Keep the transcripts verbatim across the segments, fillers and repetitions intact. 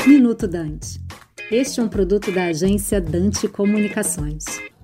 Minuto Dante. Este é um produto da agência Dante Comunicações.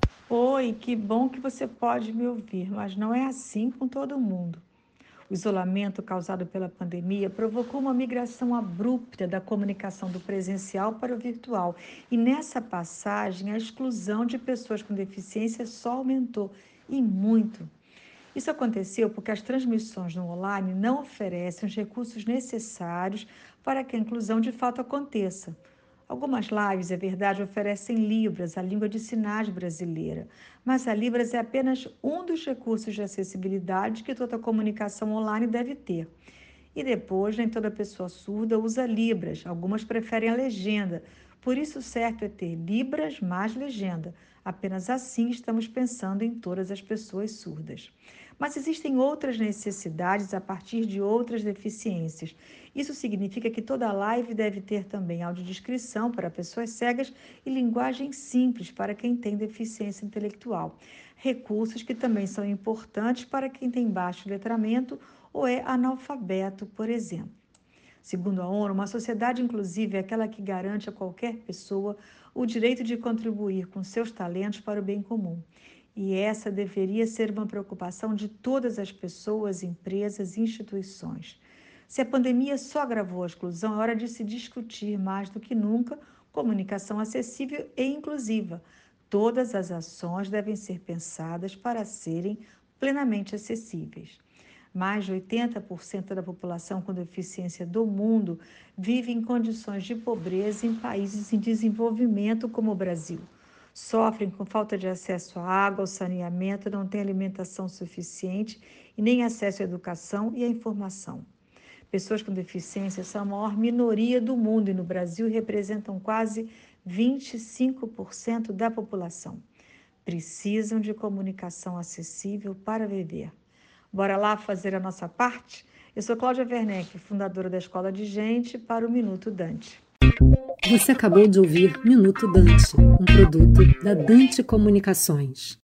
Oi, que bom que você pode me ouvir, mas não é assim com todo mundo. O isolamento causado pela pandemia provocou uma migração abrupta da comunicação do presencial para o virtual. E nessa passagem, a exclusão de pessoas com deficiência só aumentou, e muito. Isso aconteceu porque as transmissões no online não oferecem os recursos necessários para que a inclusão de fato aconteça. Algumas lives, é verdade, oferecem Libras, a língua de sinais brasileira, mas a Libras é apenas um dos recursos de acessibilidade que toda comunicação online deve ter. E depois, nem toda pessoa surda usa Libras, algumas preferem a legenda. Por isso, o certo é ter Libras mais legenda. Apenas assim estamos pensando em todas as pessoas surdas. Mas existem outras necessidades a partir de outras deficiências. Isso significa que toda live deve ter também audiodescrição para pessoas cegas e linguagem simples para quem tem deficiência intelectual. Recursos que também são importantes para quem tem baixo letramento ou é analfabeto, por exemplo. Segundo a ONU, uma sociedade inclusiva é aquela que garante a qualquer pessoa o direito de contribuir com seus talentos para o bem comum. E essa deveria ser uma preocupação de todas as pessoas, empresas e instituições. Se a pandemia só agravou a exclusão, é hora de se discutir mais do que nunca comunicação acessível e inclusiva. Todas as ações devem ser pensadas para serem plenamente acessíveis. Mais de oitenta por cento da população com deficiência do mundo vive em condições de pobreza em países em desenvolvimento como o Brasil. Sofrem com falta de acesso à água, ao saneamento, não têm alimentação suficiente e nem acesso à educação e à informação. Pessoas com deficiência são a maior minoria do mundo e no Brasil representam quase vinte e cinco por cento da população. Precisam de comunicação acessível para viver. Bora lá fazer a nossa parte? Eu sou Cláudia Werneck, fundadora da Escola de Gente, para o Minuto Dante. Você acabou de ouvir Minuto Dante, um produto da Dante Comunicações.